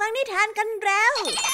ฟังนิทานกันแล้ว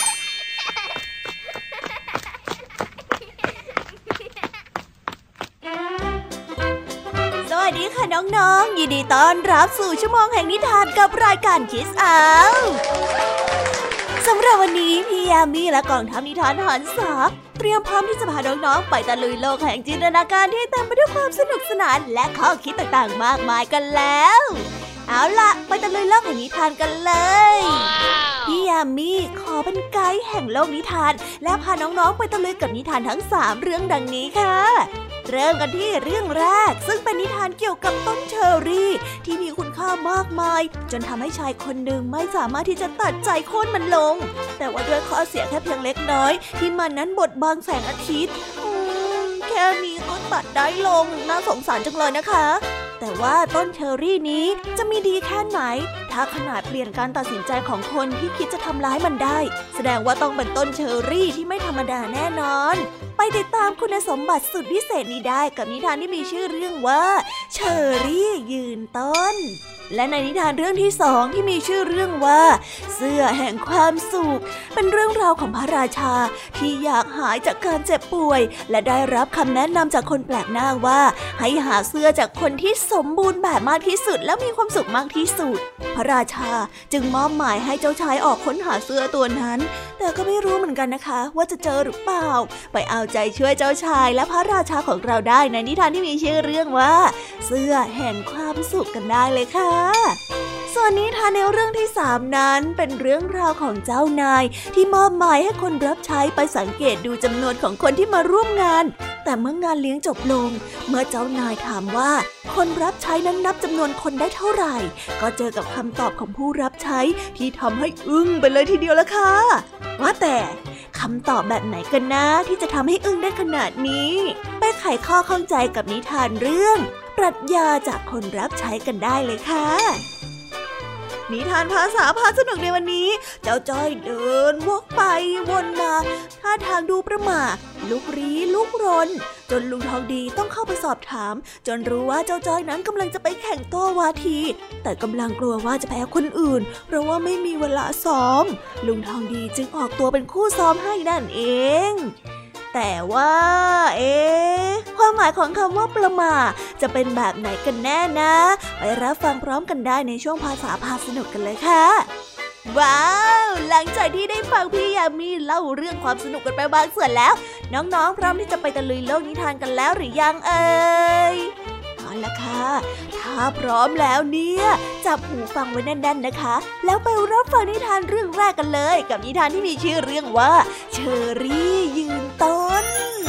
สวัสดีค่ะน้องๆยินดีต้อนรับสู่ชั่วโมงแห่งนิทานกับรายการ Kids Hour สำหรับวันนี้พี่ยามีและกองทัพนิทานหันษาเตรียมพร้อมที่จะพาน้องๆไปตะลุยโลกแห่งจินตนาการที่เต็มไปด้วยความสนุกสนานและข้อคิดต่างๆมากมายกันแล้วเอาล่ะไปตะลุยโลกแห่งนิทานกันเลยพี่ยามีขอเป็นไกด์แห่งโลกนิทานและพาน้องๆไปตะลุยกับนิทานทั้ง3เรื่องดังนี้ค่ะเริ่มกันที่เรื่องแรกซึ่งเป็นนิทานเกี่ยวกับต้นเชอร์รี่ที่มีคุณค่ามากมายจนทำให้ชายคนหนึ่งไม่สามารถที่จะตัดใจโค่นมันลงแต่ว่าด้วยข้อเสียแค่เพียงเล็กน้อยที่มันนั้นบดบังแสงอาทิตย์แค่นี้ก็ตัดได้ลงน่าสงสารจังเลยนะคะแต่ว่าต้นเชอร์รี่นี้จะมีดีแค่ไหนถ้าขนาดเปลี่ยนการตัดสินใจของคนที่คิดจะทำร้ายมันได้แสดงว่าต้องเป็นต้นเชอร์รี่ที่ไม่ธรรมดาแน่นอนไปติดตามคุณสมบัติสุดพิเศษนี้ได้กับนิทานที่มีชื่อเรื่องว่าเชอร์รี่ยืนต้นและในนิทานเรื่องที่2ที่มีชื่อเรื่องว่าเสื้อแห่งความสุขเป็นเรื่องราวของพระราชาที่อยากหายจากการเจ็บป่วยและได้รับคำแนะนำจากคนแปลกหน้าว่าให้หาเสื้อจากคนที่สมบูรณ์แบบมากที่สุดและมีความสุขมากที่สุดพระราชาจึงมอบหมายให้เจ้าชายออกค้นหาเสื้อตัวนั้นแต่ก็ไม่รู้เหมือนกันนะคะว่าจะเจอหรือเปล่าไปเอาใจช่วยเจ้าชายและพระราชาของเราได้ในนิทานที่มีชื่อเรื่องว่าเสื้อแห่งความสุขกันได้เลยค่ะส่วนนิทานในเรื่องที่3นั้นเป็นเรื่องราวของเจ้านายที่มอบหมายให้คนรับใช้ไปสังเกตดูจำนวนของคนที่มาร่วมงานแต่เมื่องานเลี้ยงจบลงเมื่อเจ้านายถามว่าคนรับใช้นั้นนับจำนวนคนได้เท่าไหร่ก็เจอกับคำตอบของผู้รับใช้ที่ทำให้อึ้งไปเลยทีเดียวละค่ะว่าแต่คำตอบแบบไหนกันนะที่จะทำให้อึ้งได้ขนาดนี้ไปไขข้อข้องใจกับนิทานเรื่องปรัชญาจากคนรับใช้กันได้เลยค่ะนิทานภาษาพาสนุกในวันนี้เจ้าจ้อยเดินวกไปวนมาท่าทางดูประหม่าลุกลี้ลุกรนจนลุงทองดีต้องเข้าไปสอบถามจนรู้ว่าเจ้าจ้อยนั้นกำลังจะไปแข่งโต้วาทีแต่กำลังกลัวว่าจะแพ้คนอื่นเพราะว่าไม่มีเวลาซ้อมลุงทองดีจึงออกตัวเป็นคู่ซ้อมให้นั่นเองแต่ว่าความหมายของคำว่าประหม่าจะเป็นแบบไหนกันแน่นะไปรับฟังพร้อมกันได้ในช่วงภาษาพาสนุกกันเลยค่ะว้าวหลังจากที่ได้ฟังพี่ยามีเล่าเรื่องความสนุกกันไปบางส่วนแล้วน้องๆพร้อมที่จะไปตะลุยโลกนิทานกันแล้วหรือยังเอาล่ะค่ะถ้าพร้อมแล้วเนี่ยจับหูฟังไว้แน่นๆนะคะแล้วไปรับฟังนิทานเรื่องแรกกันเลยกับนิทานที่มีชื่อเรื่องว่าเชอรี่ยืนต้น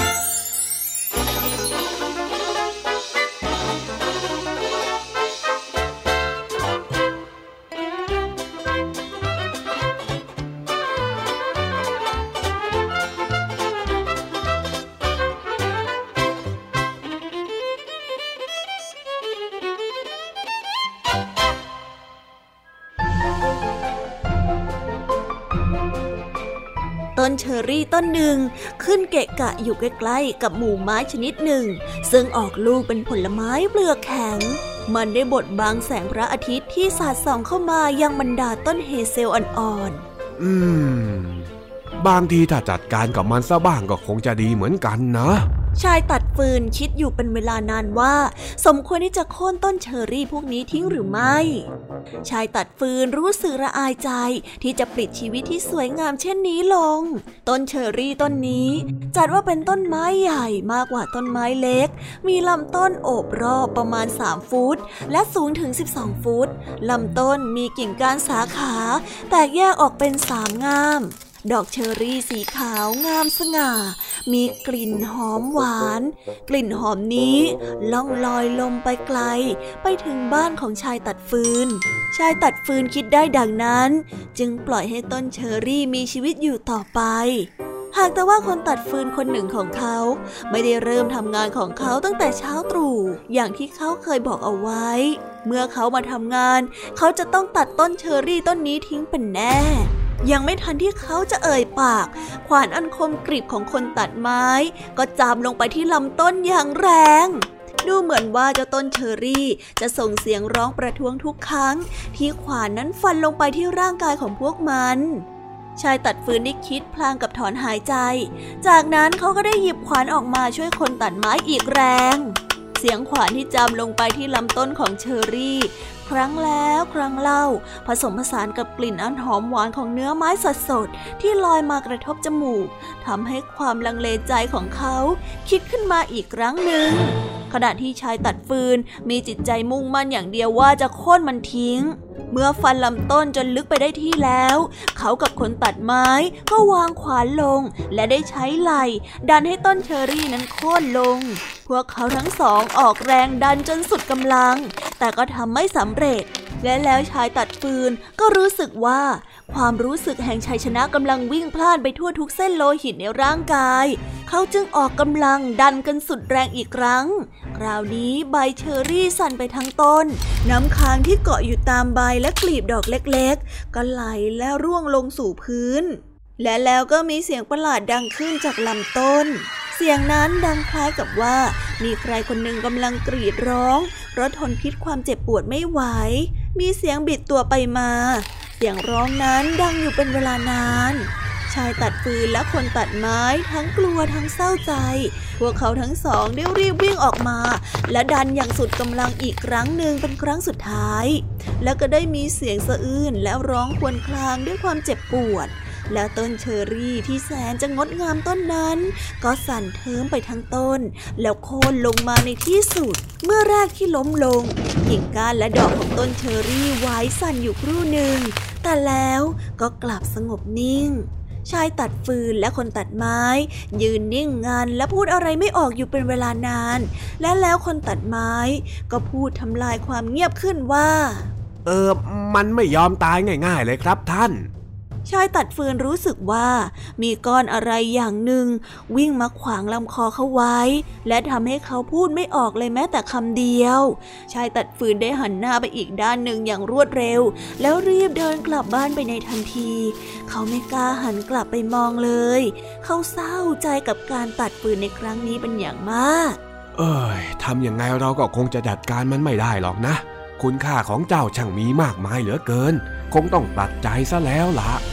ต้นเชอรี่ต้นหนึ่งขึ้นเกะกะอยู่ใกล้ๆกับหมู่ไม้ชนิดหนึ่งซึ่งออกลูกเป็นผลไม้เปลือกแข็งมันได้บดบังแสงพระอาทิตย์ที่สาดส่องเข้ามายังบรรดาต้นเฮเซลอ่อนๆบางทีถ้าจัดการกับมันซะบ้างก็คงจะดีเหมือนกันนะชายตัดฟืนคิดอยู่เป็นเวลานานว่าสมควรที่จะโค่นต้นเชอรี่พวกนี้ทิ้งหรือไม่ชายตัดฟืนรู้สึกละอายใจที่จะปลิดชีวิตที่สวยงามเช่นนี้ลงต้นเชอรี่ต้นนี้จัดว่าเป็นต้นไม้ใหญ่มากกว่าต้นไม้เล็กมีลำต้นโอบรอบประมาณ3ฟุตและสูงถึง12ฟุตลำต้นมีกิ่งก้านสาขาแตกแยกออกเป็น3ง่ามดอกเชอรี่สีขาวงามสง่ามีกลิ่นหอมหวานกลิ่นหอมนี้ล่องลอยลมไปไกลไปถึงบ้านของชายตัดฟืนชายตัดฟืนคิดได้ดังนั้นจึงปล่อยให้ต้นเชอรี่มีชีวิตอยู่ต่อไปหากแต่ว่าคนตัดฟืนคนหนึ่งของเขาไม่ได้เริ่มทำงานของเขาตั้งแต่เช้าตรู่อย่างที่เขาเคยบอกเอาไว้เมื่อเขามาทำงานเขาจะต้องตัดต้นเชอรี่ต้นนี้ทิ้งเป็นแน่ยังไม่ทันที่เขาจะเอ่ยปากขวานอันคมกรีบของคนตัดไม้ก็จามลงไปที่ลำต้นอย่างแรงดูเหมือนว่าเจ้าต้นเชอรี่จะส่งเสียงร้องประท้วงทุกครั้งที่ขวานนั้นฟันลงไปที่ร่างกายของพวกมันชายตัดฟืนได้คิดพลางกับถอนหายใจจากนั้นเขาก็ได้หยิบขวานออกมาช่วยคนตัดไม้อีกแรงเสียงขวานที่จำลงไปที่ลำต้นของเชอรี่ครั้งแล้วครั้งเล่าผสมผสานกับกลิ่นอันหอมหวานของเนื้อไม้สดๆที่ลอยมากระทบจมูกทำให้ความลังเลใจของเขาคิดขึ้นมาอีกครั้งหนึ่งขณะที่ชายตัดฟืนมีจิตใจมุ่งมั่นอย่างเดียวว่าจะโค่นมันทิ้งเมื่อฟันลำต้นจนลึกไปได้ที่แล้วเขากับคนตัดไม้ก็วางขวานลงและได้ใช้ไหล่ดันให้ต้นเชอรี่นั้นโค่นลงพวกเขาทั้งสองออกแรงดันจนสุดกำลังแต่ก็ทำไม่สำเร็จและแล้วชายตัดฟืนก็รู้สึกว่าความรู้สึกแห่งชัยชนะกำลังวิ่งพล่านไปทั่วทุกเส้นโลหิตในร่างกายเขาจึงออกกำลังดันกันสุดแรงอีกครั้งคราวนี้ใบเชอรี่สั่นไปทั้งต้นน้ำค้างที่เกาะอยู่ตามใบและกลีบดอกเล็กๆก็ไหลและร่วงลงสู่พื้นและแล้วก็มีเสียงประหลาดดังขึ้นจากลำต้นเสียงนั้นดังคล้ายกับว่ามีใครคนหนึ่งกำลังกรีดร้องเพราะทนพิษความเจ็บปวดไม่ไหวมีเสียงบิดตัวไปมาเสียงร้องนั้นดังอยู่เป็นเวลานานชายตัดฟืนและคนตัดไม้ทั้งกลัวทั้งเศร้าใจพวกเขาทั้งสองได้รีบวิ่งออกมาและดันอย่างสุดกำลังอีกครั้งหนึ่งเป็นครั้งสุดท้ายแล้วก็ได้มีเสียงสะอื้นและร้องครวญครางด้วยความเจ็บปวดแล้วต้นเชอรี่ที่แสนจะงดงามต้นนั้นก็สั่นเทิ่มไปทั้งต้นแล้วโค่นลงมาในที่สุดเมื่อแรกที่ล้มลงกิ่งก้านและดอกของต้นเชอรี่ไหวสั่นอยู่ครู่หนึ่งแต่แล้วก็กลับสงบนิ่งชายตัดฟืนและคนตัดไม้ยืนนิ่งงันและพูดอะไรไม่ออกอยู่เป็นเวลานานและแล้วคนตัดไม้ก็พูดทำลายความเงียบขึ้นว่ามันไม่ยอมตายง่ายๆเลยครับท่านชายตัดฟืนรู้สึกว่ามีก้อนอะไรอย่างหนึ่งวิ่งมาขวางลำคอเขาไว้และทำให้เขาพูดไม่ออกเลยแม้แต่คำเดียวชายตัดฟืนได้หันหน้าไปอีกด้านหนึ่งอย่างรวดเร็วแล้วรีบเดินกลับบ้านไปในทันทีเขาไม่กล้าหันกลับไปมองเลยเขาเศร้าใจกับการตัดฟืนในครั้งนี้เป็นอย่างมากทำยังไงเราก็คงจะจัดการมันไม่ได้หรอกนะคุณค่าของเจ้าช่างมีมากมายเหลือเกินคงต้องตัดใจซะแล้วล่ะ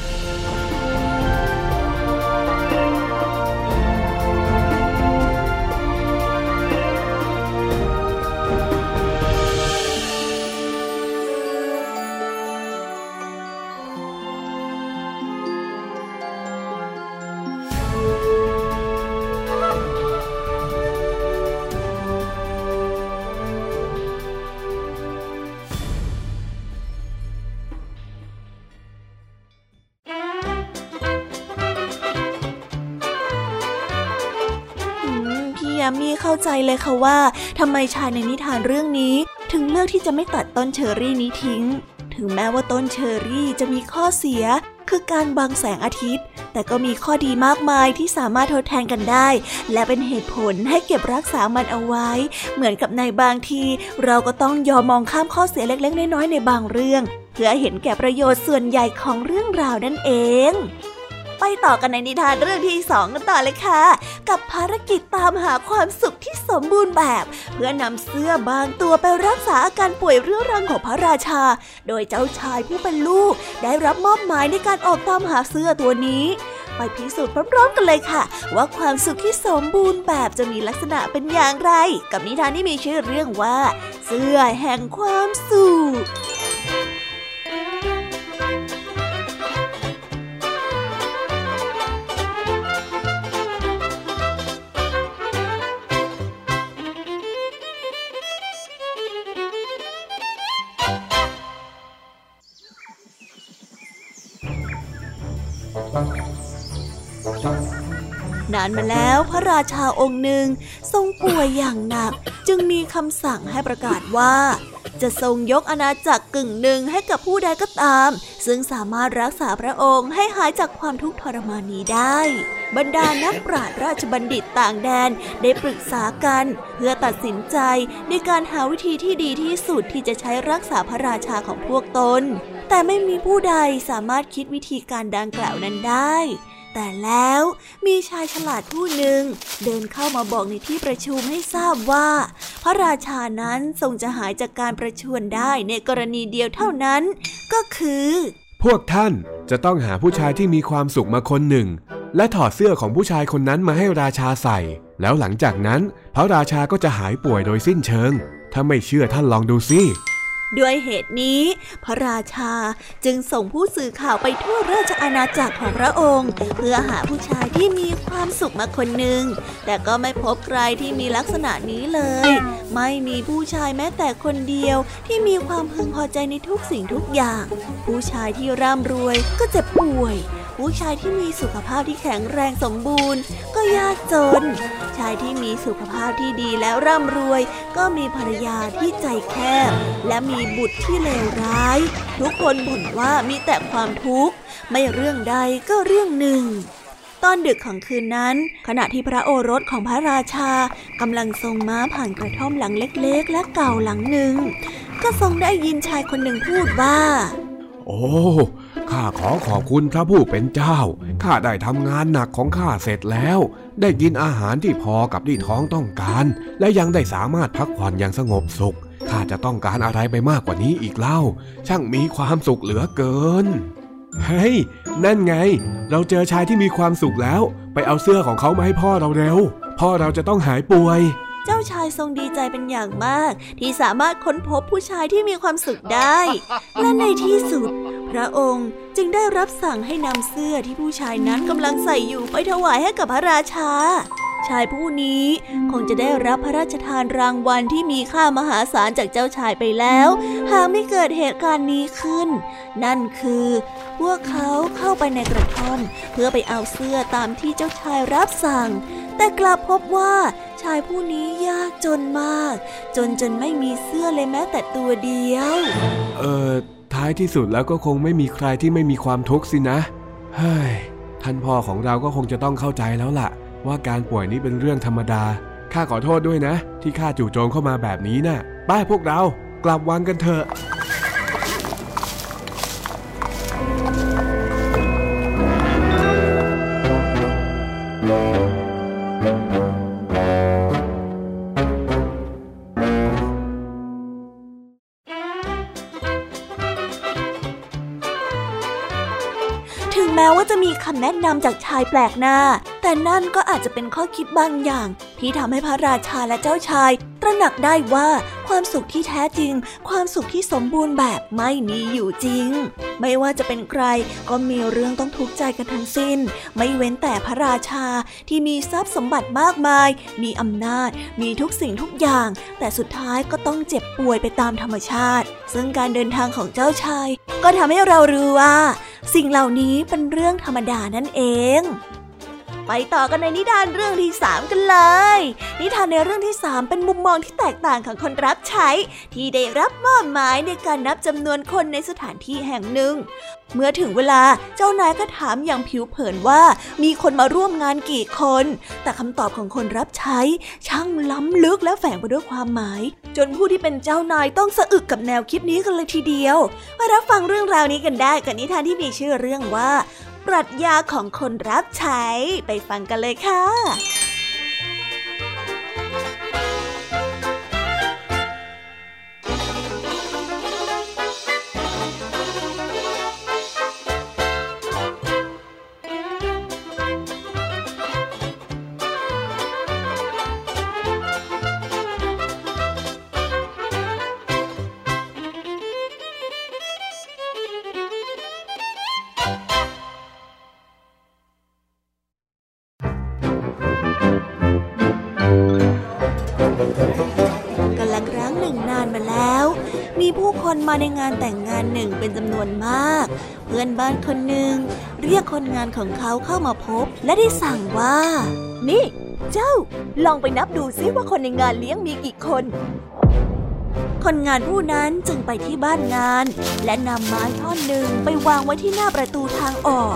มีเข้าใจเลยค่ะว่าทำไมชายในนิทานเรื่องนี้ถึงเลือกที่จะไม่ตัดต้นเชอรี่นี้ทิ้งถึงแม้ว่าต้นเชอรี่จะมีข้อเสียคือการบังแสงอาทิตย์แต่ก็มีข้อดีมากมายที่สามารถทดแทนกันได้และเป็นเหตุผลให้เก็บรักษามันเอาไว้เหมือนกับในบางทีเราก็ต้องยอมมองข้ามข้อเสียเล็กๆน้อยๆในบางเรื่องเพื่อเห็นแก่ประโยชน์ส่วนใหญ่ของเรื่องราวนั่นเองไปต่อกันในนิทานเรื่องที่2กันต่อเลยค่ะกับภารกิจตามหาความสุขที่สมบูรณ์แบบเพื่อนำเสื้อบางตัวไปรักษาอาการป่วยเรื้อรังของพระราชาโดยเจ้าชายผู้เป็นลูกได้รับมอบหมายในการออกตามหาเสื้อตัวนี้ไปพิสูจน์พร้อมๆกันเลยค่ะว่าความสุขที่สมบูรณ์แบบจะมีลักษณะเป็นอย่างไรกับนิทานที่มีชื่อเรื่องว่าเสื้อแห่งความสุขนานมาแล้วพระราชาองค์หนึ่งทรงป่วยอย่างหนักจึงมีคำสั่งให้ประกาศว่าจะทรงยกอาณาจักรกึ่งหนึ่งให้กับผู้ใดก็ตามซึ่งสามารถรักษาพระองค์ให้หายจากความทุกข์ทรมานนี้ได้บรรดานักปราชญ์ราชบัณฑิตต่างแดนได้ปรึกษากันเพื่อตัดสินใจในการหาวิธีที่ดีที่สุดที่จะใช้รักษาพระราชาของพวกตนแต่ไม่มีผู้ใดสามารถคิดวิธีการดังกล่าวนั้นได้แต่แต่แล้วมีชายฉลาดผู้หนึ่งเดินเข้ามาบอกในที่ประชุมให้ทราบว่าพระราชานั้นทรงจะหายจากการประชวรได้ในกรณีเดียวเท่านั้นก็คือพวกท่านจะต้องหาผู้ชายที่มีความสุขมาคนหนึ่งและถอดเสื้อของผู้ชายคนนั้นมาให้ราชาใส่แล้วหลังจากนั้นพระราชาก็จะหายป่วยโดยสิ้นเชิงถ้าไม่เชื่อท่านลองดูสิด้วยเหตุนี้พระราชาจึงส่งผู้สื่อข่าวไปทั่วราชอาณาจักรของพระองค์เพื่อหาผู้ชายที่มีความสุขมาคนหนึ่งแต่ก็ไม่พบใครที่มีลักษณะนี้เลยไม่มีผู้ชายแม้แต่คนเดียวที่มีความพึงพอใจในทุกสิ่งทุกอย่างผู้ชายที่ร่ำรวยก็เจ็บป่วยผู้ชายที่มีสุขภาพที่แข็งแรงสมบูรณ์ก็ยากจนชายที่มีสุขภาพที่ดีแล้วร่ำรวยก็มีภรรยาที่ใจแคบและมีบุตรที่เลวร้ายทุกคนบ่นว่ามีแต่ความทุกข์ไม่เรื่องใดก็เรื่องหนึ่งตอนดึกของคืนนั้นขณะที่พระโอรสของพระราชากำลังทรงม้าผ่านกระท่อมหลังเล็กๆและเก่าหลังหนึ่งก็ทรงได้ยินชายคนหนึ่งพูดว่าโอ้ข้าขอบคุณพระผู้เป็นเจ้าข้าได้ทำงานหนักของข้าเสร็จแล้วได้กินอาหารที่พอกับที่ท้องต้องการและยังได้สามารถพักผ่อนอย่างสงบสุขข้าจะต้องการอะไรไปมากกว่านี้อีกเล่าช่างมีความสุขเหลือเกินเฮ้ยนั่นไงเราเจอชายที่มีความสุขแล้วไปเอาเสื้อของเขามาให้พ่อเราเร็วพ่อเราจะต้องหายป่วยเจ้าชายทรงดีใจเป็นอย่างมากที่สามารถค้นพบผู้ชายที่มีความสุขได้และในที่สุดพระองค์จึงได้รับสั่งให้นำเสื้อที่ผู้ชายนั้นกำลังใส่อยู่ไปถวายให้กับพระราชาชายผู้นี้คงจะได้รับพระราชทานรางวัลที่มีค่ามหาศาลจากเจ้าชายไปแล้วหากไม่เกิดเหตุการณ์นี้ขึ้นนั่นคือพวกเขาเข้าไปในกระท่อมเพื่อไปเอาเสื้อตามที่เจ้าชายรับสั่งแต่กลับพบว่าชายผู้นี้ยากจนมากจนไม่มีเสื้อเลยแม้แต่ตัวเดียวท้ายที่สุดแล้วก็คงไม่มีใครที่ไม่มีความทุกข์สินะเฮ้ยท่านพ่อของเราก็คงจะต้องเข้าใจแล้วล่ะว่าการป่วยนี้เป็นเรื่องธรรมดาข้าขอโทษด้วยนะที่ข้าจู่โจมเข้ามาแบบนี้น่ะไปพวกเรากลับวังกันเถอะแม้ว่าจะมีคำแนะนำจากชายแปลกหน้าแต่นั่นก็อาจจะเป็นข้อคิดบางอย่างที่ทำให้พระราชาและเจ้าชายตระหนักได้ว่าความสุขที่แท้จริงความสุขที่สมบูรณ์แบบไม่มีอยู่จริงไม่ว่าจะเป็นใครก็มีเรื่องต้องทุกข์ใจกันทั้งสิ้นไม่เว้นแต่พระราชาที่มีทรัพย์สมบัติมากมายมีอำนาจมีทุกสิ่งทุกอย่างแต่สุดท้ายก็ต้องเจ็บป่วยไปตามธรรมชาติซึ่งการเดินทางของเจ้าชายก็ทำให้เรารู้ว่าสิ่งเหล่านี้เป็นเรื่องธรรมดานั่นเองไปต่อกันในนิทานเรื่องที่3กันเลยนิทานในเรื่องที่3เป็นมุมมองที่แตกต่างของคนรับใช้ที่ได้รับมอบหมายในการนับจำนวนคนในสถานที่แห่งหนึ่งเมื่อถึงเวลาเจ้านายก็ถามอย่างผิวเผินว่ามีคนมาร่วมงานกี่คนแต่คำตอบของคนรับใช้ช่างล้ำลึกและแฝงไปด้วยความหมายจนผู้ที่เป็นเจ้านายต้องสะอึกกับแนวคิดนี้กันเลยทีเดียวมารับฟังเรื่องราวนี้กันได้กับนิทานที่มีชื่อเรื่องว่าปรัชญาของคนรับใช้ไปฟังกันเลยค่ะมาในงานแต่งงานหนึ่งเป็นจำนวนมากเพื่อนบ้านคนหนึ่งเรียกคนงานของเขาเข้ามาพบและได้สั่งว่านี่เจ้าลองไปนับดูซิว่าคนในงานเลี้ยงมีกี่คนคนงานผู้นั้นจึงไปที่บ้านงานและนำไม้ท่อนหนึ่งไปวางไว้ที่หน้าประตูทางออก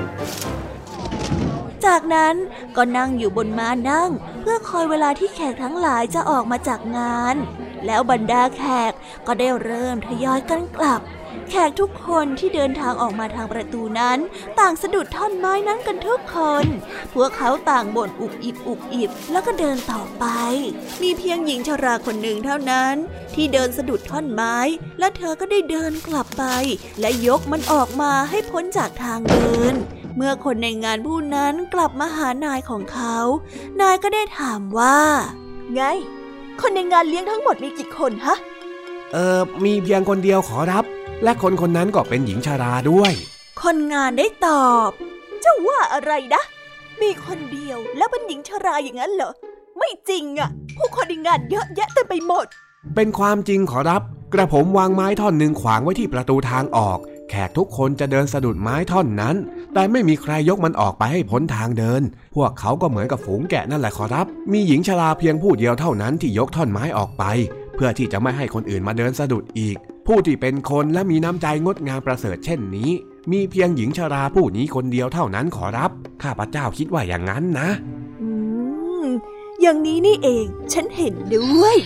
จากนั้นก็นั่งอยู่บนม้านั่งเพื่อคอยเวลาที่แขกทั้งหลายจะออกมาจากงานแล้วบรรดาแขกก็ได้เริ่มทยอยกันกลับแขกทุกคนที่เดินทางออกมาทางประตูนั้นต่างสะดุดท่อนไม้นั้นกันทุกคนพวกเขาต่างบ่นอุบอิบอุบอิบแล้วก็เดินต่อไปมีเพียงหญิงชราคนหนึ่งเท่านั้นที่เดินสะดุดท่อนไม้และเธอก็ได้เดินกลับไปและยกมันออกมาให้พ้นจากทางเดินเมื่อคนในงานผู้นั้นกลับมาหานายของเขานายก็ได้ถามว่าไงคนในงานเลี้ยงทั้งหมดมีกี่คนฮะมีเพียงคนเดียวขอรับและคนคนนั้นก็เป็นหญิงชราด้วยคนงานได้ตอบเจ้าว่าอะไรนะมีคนเดียวแล้วเป็นหญิงชราอย่างนั้นเหรอไม่จริงอ่ะผู้คนในงานเยอะแยะเต็มไปหมดเป็นความจริงขอรับกระผมวางไม้ท่อนหนึ่งขวางไว้ที่ประตูทางออกแขกทุกคนจะเดินสะดุดไม้ท่อนนั้นแต่ไม่มีใครยกมันออกไปให้พ้นทางเดินพวกเขาก็เหมือนกับฝูงแกะนั่นแหละขอรับมีหญิงชราเพียงผู้เดียวเท่านั้นที่ยกท่อนไม้ออกไปเพื่อที่จะไม่ให้คนอื่นมาเดินสะดุดอีกผู้ที่เป็นคนและมีน้ำใจงดงามประเสริฐเช่นนี้มีเพียงหญิงชราผู้นี้คนเดียวเท่านั้นขอรับข้าพเจ้าคิดว่าอย่างนั้นนะอย่างนี้นี่เองฉันเห็นด้วย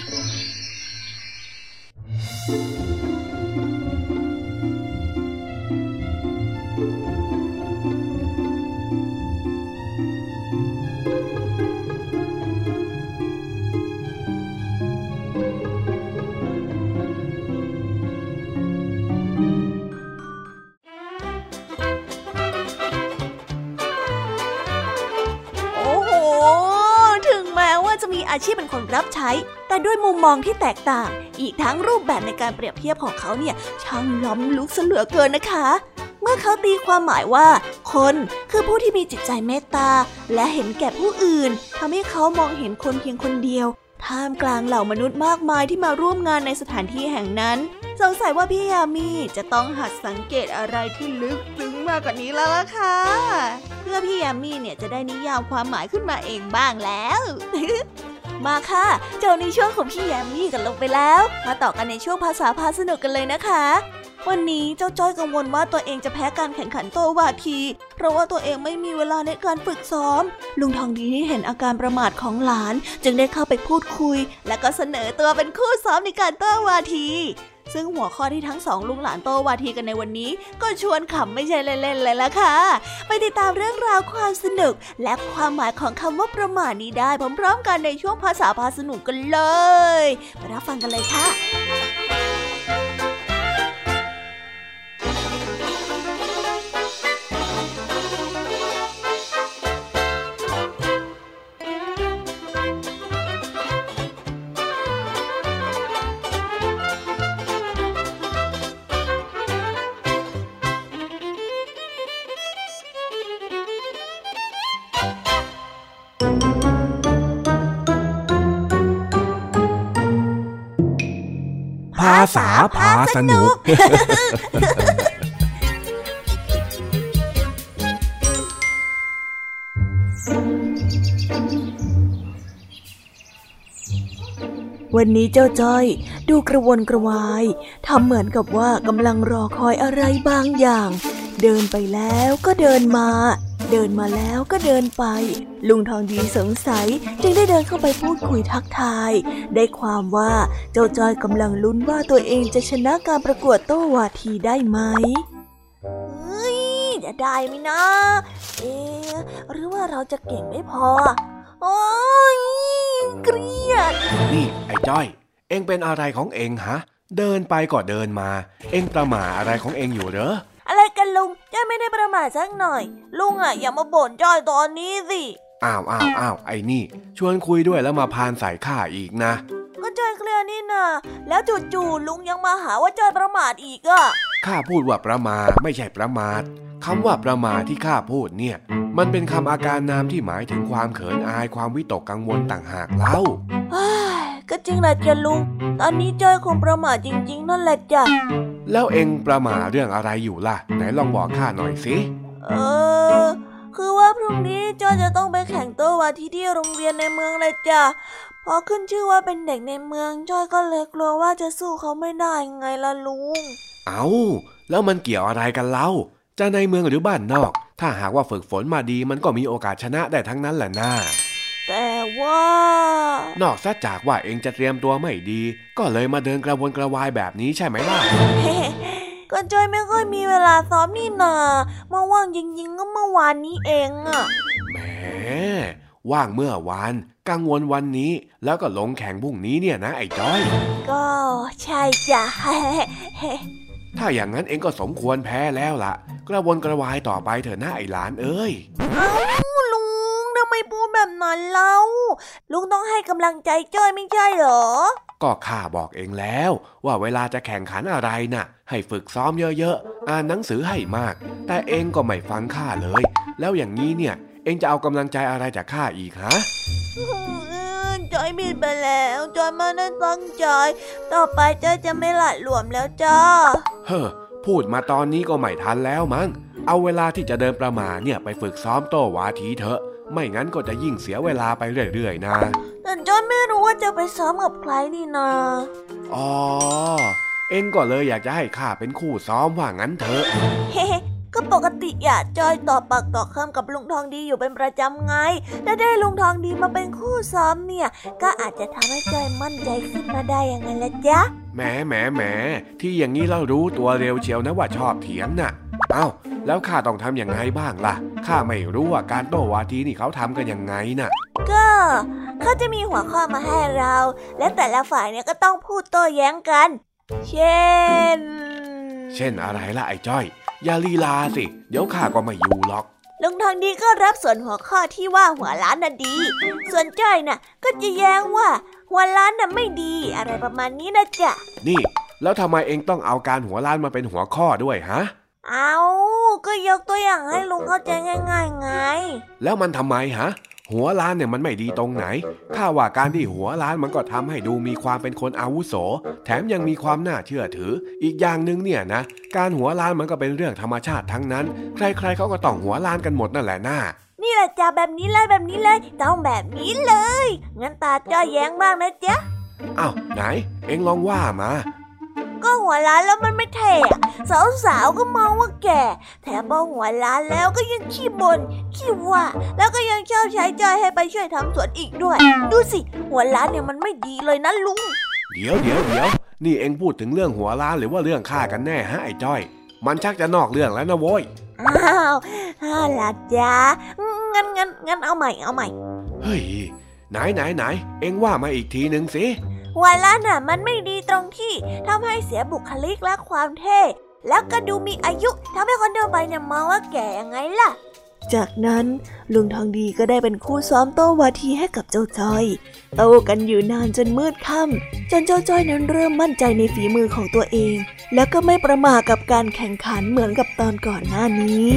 อาชีพเป็นคนรับใช้แต่ด้วยมุมมองที่แตกต่างอีกทั้งรูปแบบในการเปรียบเทียบของเขาเนี่ยช่างล้ำลึกซะเหลือเกินนะคะเมื่อเขาตีความหมายว่าคนคือผู้ที่มีจิตใจเมตตาและเห็นแก่ผู้อื่นทำให้เขามองเห็นคนเพียงคนเดียวท่ามกลางเหล่ามนุษย์มากมายที่มาร่วมงานในสถานที่แห่งนั้นสงสัยว่าพี่ยามีจะต้องหัดสังเกตอะไรที่ลึกซึ้งมากกว่านี้แล้วล่ะค่ะเพื่อพี่ยามีเนี่ยจะได้นิยามความหมายขึ้นมาเองบ้างแล้ว มาค่ะเจ้าในช่วงของพี่ยามีกันลงไปแล้วมาต่อกันในช่วงภาษาพาสนุกกันเลยนะคะวันนี้เจ้าจ้อยกังวลว่าตัวเองจะแพ้การแข่งขันโต้วาทีเพราะว่าตัวเองไม่มีเวลาในการฝึกซ้อมลุงทองดีที่เห็นอาการประมาทของหลานจึงได้เข้าไปพูดคุยและก็เสนอตัวเป็นคู่ซ้อมในการโต้วาทีซึ่งหัวข้อที่ทั้งสองลุงหลานโต้วาทีกันในวันนี้ก็ชวนขำไม่ใช่เล่นๆเลยล่ะค่ะไปติดตามเรื่องราวความสนุกและความหมายของคำว่าประมาทนี้ได้พร้อมๆกันในช่วงภาษาพาสนุกกันเลยไปรับฟังกันเลยค่ะภาษาพาสนุกวันนี้เจ้าจ้อยดูกระวนกระวายทำเหมือนกับว่ากำลังรอคอยอะไรบางอย่างเดินไปแล้วก็เดินมาเดินมาแล้วก็เดินไปลุงทองดีสงสัยจึงได้เดินเข้าไปพูดคุยทักทายได้ความว่าเจ้าจ้อยกำลังลุ้นว่าตัวเองจะชนะการประกวดโต้วาทีได้ไหมจะได้ไหมนะหรือว่าเราจะเก่งไม่พอโอ๊ยเครียดนี่ไอ้จ้อยเอ็งเป็นอะไรของเอ็งฮะเดินไปก็เดินมาเอ็งประหม่าอะไรของเอ็งอยู่เหรออะไรกันลุงจ้อยไม่ได้ประมาทสักหน่อยลุงอ่ะอย่ามาบ่นจ้อยตอนนี้สิอ้าวไอ้นี่ชวนคุยด้วยแล้วมาพานใส่ข้าอีกนะก็จ้อยเคลียร์นี่นะแล้วจู่ๆลุงยังมาหาว่าจ้อยประมาทอีกอ่ะข้าพูดว่าประมาทไม่ใช่ประมาทคำว่าประมาทที่ข้าพูดเนี่ยมันเป็นคำอาการนามที่หมายถึงความเขินอายความวิตกกังวลต่างหากเล่าก็จริงแหละจ้ะลุงตอนนี้จ้อยคงประมาทจริงๆนั่นแหละจ้ะแล้วเอ็งประมาทเรื่องอะไรอยู่ล่ะไหนลองบอกข้าหน่อยสิคือว่าพรุ่งนี้จ้อยจะต้องไปแข่งโต้วาทีที่โรงเรียนในเมืองเลยจ้ะพอขึ้นชื่อว่าเป็นเด็กในเมืองจ้อยก็เลยกลัวว่าจะสู้เขาไม่ได้ไงล่ะลุงแล้วมันเกี่ยวอะไรกันเล่าจะในเมืองหรือบ้านนอกถ้าหากว่าฝึกฝนมาดีมันก็มีโอกาสชนะได้ทั้งนั้นแหละนะแต่ว่านอกจากว่าเองจะเตรียมตัวไม่ดีก็เลยมาเดินกระวนกระวายแบบนี้ใช่ไหมล่ะก็จ้อยไม่ค่อยมีเวลาซ้อมนี่นามาว่างจริงๆก็เมื่อวานนี้เองอะแหมว่างเมื่อวานกังวลวันนี้แล้วก็ลงแข่งพรุ่งนี้เนี่ยนะไอ้จ้อยก็ใช่จ้ะถ้าอย่างนั้นเองก็สมควรแพ้แล้วล่ะกระวนกระวายต่อไปเถอะนะไอ้หลานเอ้ยลุงทำไมพูดแบบนั้นเล่าลุงต้องให้กำลังใจจ้อยไม่ใช่เหรอก็ข้าบอกเองแล้วว่าเวลาจะแข่งขันอะไรน่ะให้ฝึกซ้อมเยอะๆอ่านหนังสือให้มากแต่เองก็ไม่ฟังข้าเลยแล้วอย่างนี้เนี่ยเองจะเอากำลังใจอะไรจากข้าอีกฮะจ้อยผิดไปแล้วจ้อยไม่ได้ตั้งใจต่อไปจ้อยจะไม่หละหลวมแล้วจ้าเฮ้อพูดมาตอนนี้ก็ไม่ทันแล้วมั้งเอาเวลาที่จะเดินประมาเนี่ยไปฝึกซ้อมโต้วาทีเถอะไม่งั้นก็จะยิ่งเสียเวลาไปเรื่อยๆนะแต่จ้อยไม่รู้ว่าจะไปซ้อมกับใครนี่นาอ๋อเอ็งก็เลยอยากจะให้ข้าเป็นคู่ซ้อมว่างั้นเถอะเฮ้ก็ปกติอย่าจ้อยต่อปากต่อคำกับลุงทองดีอยู่เป็นประจำไงถ้าได้ลุงทองดีมาเป็นคู่ซ้อมเนี่ยก็อาจจะทำให้จ้อยมั่นใจขึ้นมาได้ยังไงล่ะจ๊ะแหมที่อย่างนี้เรารู้ตัวเร็วเชียวนะว่าชอบเถียงน่ะเอ้าแล้วข้าต้องทำยังไงบ้างล่ะข้าไม่รู้ว่าการโต้วาทีนี่เขาทำกันยังไงน่ะก็เขาจะมีหัวข้อมาให้เราและแต่ละฝ่ายเนี่ยก็ต้องพูดโต้แย้งกันเช่นอะไรล่ะไอ้จ้อยอย่าลีลาสิเดี๋ยวข้าก็ไม่อยู่หรอกลุงทองดีก็รับส่วนหัวข้อที่ว่าหัวล้านน่ะดีส่วนจ้อยน่ะก็จะแย้งว่าหัวล้านน่ะไม่ดีอะไรประมาณนี้นะจ๊ะนี่แล้วทำไมเองต้องเอาการหัวล้านมาเป็นหัวข้อด้วยฮะก็ยกตัวอย่างให้ลุงเข้าใจง่ายๆไงแล้วมันทำไมฮะหัวล้านเนี่ยมันไม่ดีตรงไหนข้าว่าการที่หัวล้านมันก็ทำให้ดูมีความเป็นคนอาวุโสแถมยังมีความน่าเชื่อถืออีกอย่างนึงเนี่ยนะการหัวล้านมันก็เป็นเรื่องธรรมชาติทั้งนั้นใครๆเขาก็ต้องหัวล้านกันหมดนั่นแหละน่านี่แหละจ้ะแบบนี้เลยต้องแบบนี้เลยงั้นตาจ้อยแย้งบ้างนะจ๊ะอ้าวไหนเอ็งลองว่ามาก็หัวล้านแล้วมันไม่เท่สาวๆก็มองว่าแก่แถมพอหัวล้านแล้วก็ยังขี้บ่นขี้ว่าแล้วก็ยังชอบใช้จ้อยให้ไปช่วยทำสวนอีกด้วยดูสิหัวล้านเนี่ยมันไม่ดีเลยนะลุงเดี๋ยวนี่เอ็งพูดถึงเรื่องหัวล้านหรือว่าเรื่องข้ากันแน่ฮะไอ้จ้อยมันชักจะนอกเรื่องแล้วนะโว้ยอ้าวล่ะจ๊ะงั้นเอาใหม่เฮ้ยไหนเอ็งว่ามาอีกทีนึงสิหัวล้านน่ะมันไม่ดีตรงที่ทำให้เสียบุคลิกและความเท่แล้วก็ดูมีอายุทำให้คนทั่วไปเนี่ยมองว่าแก่ยังไงล่ะจากนั้นลุงทองดีก็ได้เป็นคู่ซ้อมโต้วาทีให้กับเจ้าจ้อยโต้กันอยู่นานจนมืดค่ำจนเจ้าจ้อยนั้นเริ่มมั่นใจในฝีมือของตัวเองแล้วก็ไม่ประมาทกับการแข่งขันเหมือนกับตอนก่อนหน้านี้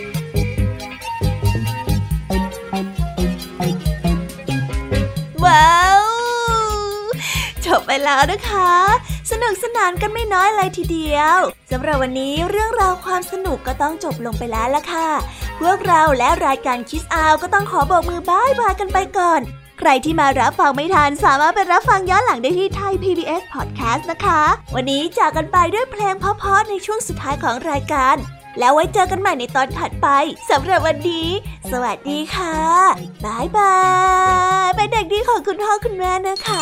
ว้าวจบไปแล้วนะคะสนุกสนานกันไม่น้อยเลยทีเดียวสำหรับวันนี้เรื่องราวความสนุกก็ต้องจบลงไปแล้วล่ะค่ะพวกเราและรายการคิสอาวก็ต้องขอบอกมือบ๊ายบายกันไปก่อนใครที่มารับฟังไม่ทันสามารถไปรับฟังย้อนหลังได้ที่ไทย PBS Podcast นะคะวันนี้จากกันไปด้วยเพลงเพราะๆในช่วงสุดท้ายของรายการแล้วไว้เจอกันใหม่ในตอนถัดไปสำหรับวันนี้สวัสดีค่ะบ๊ายบายเป็นเด็กดีของคุณพ่อคุณแม่นะคะ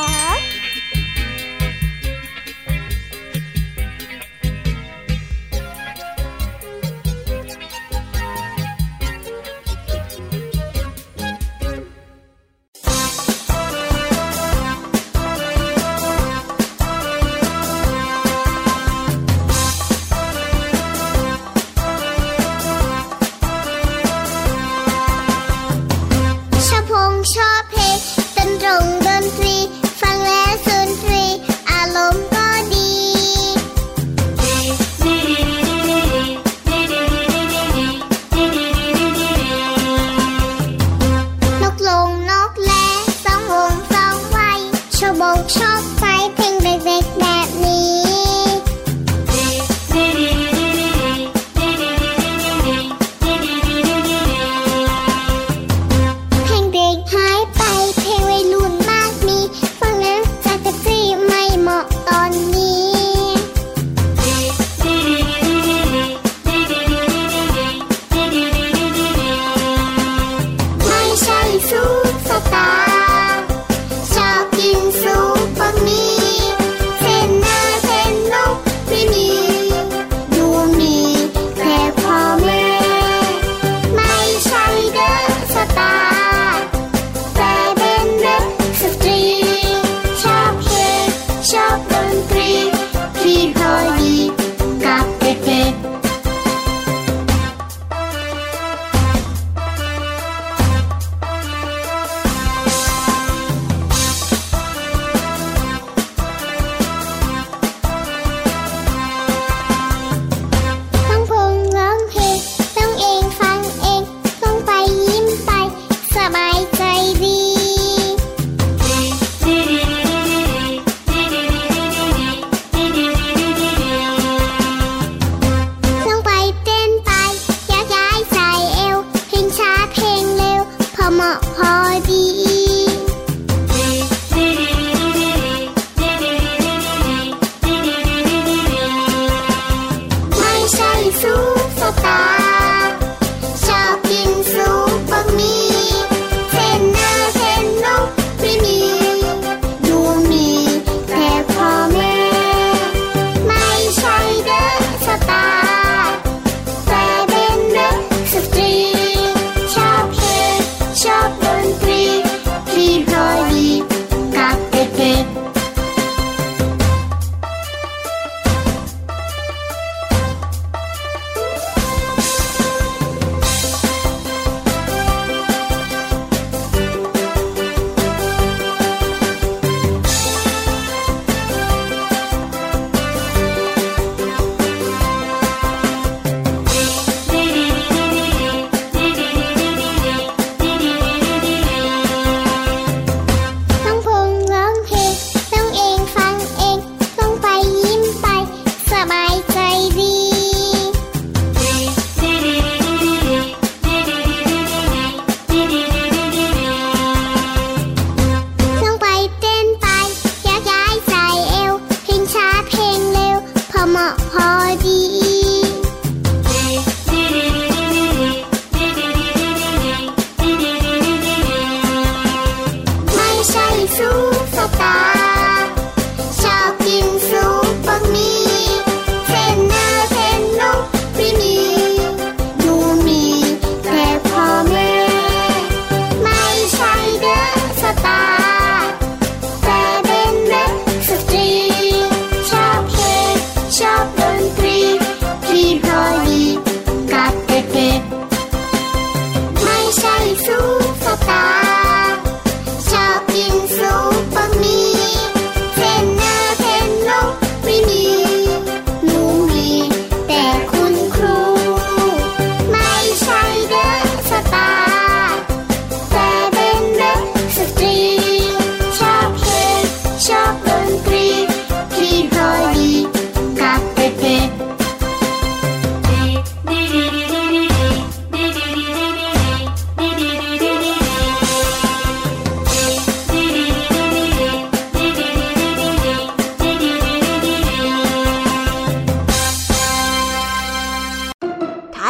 ชอบเพลงดนตรีฟังแล้ว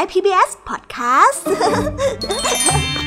Thai PBS Podcast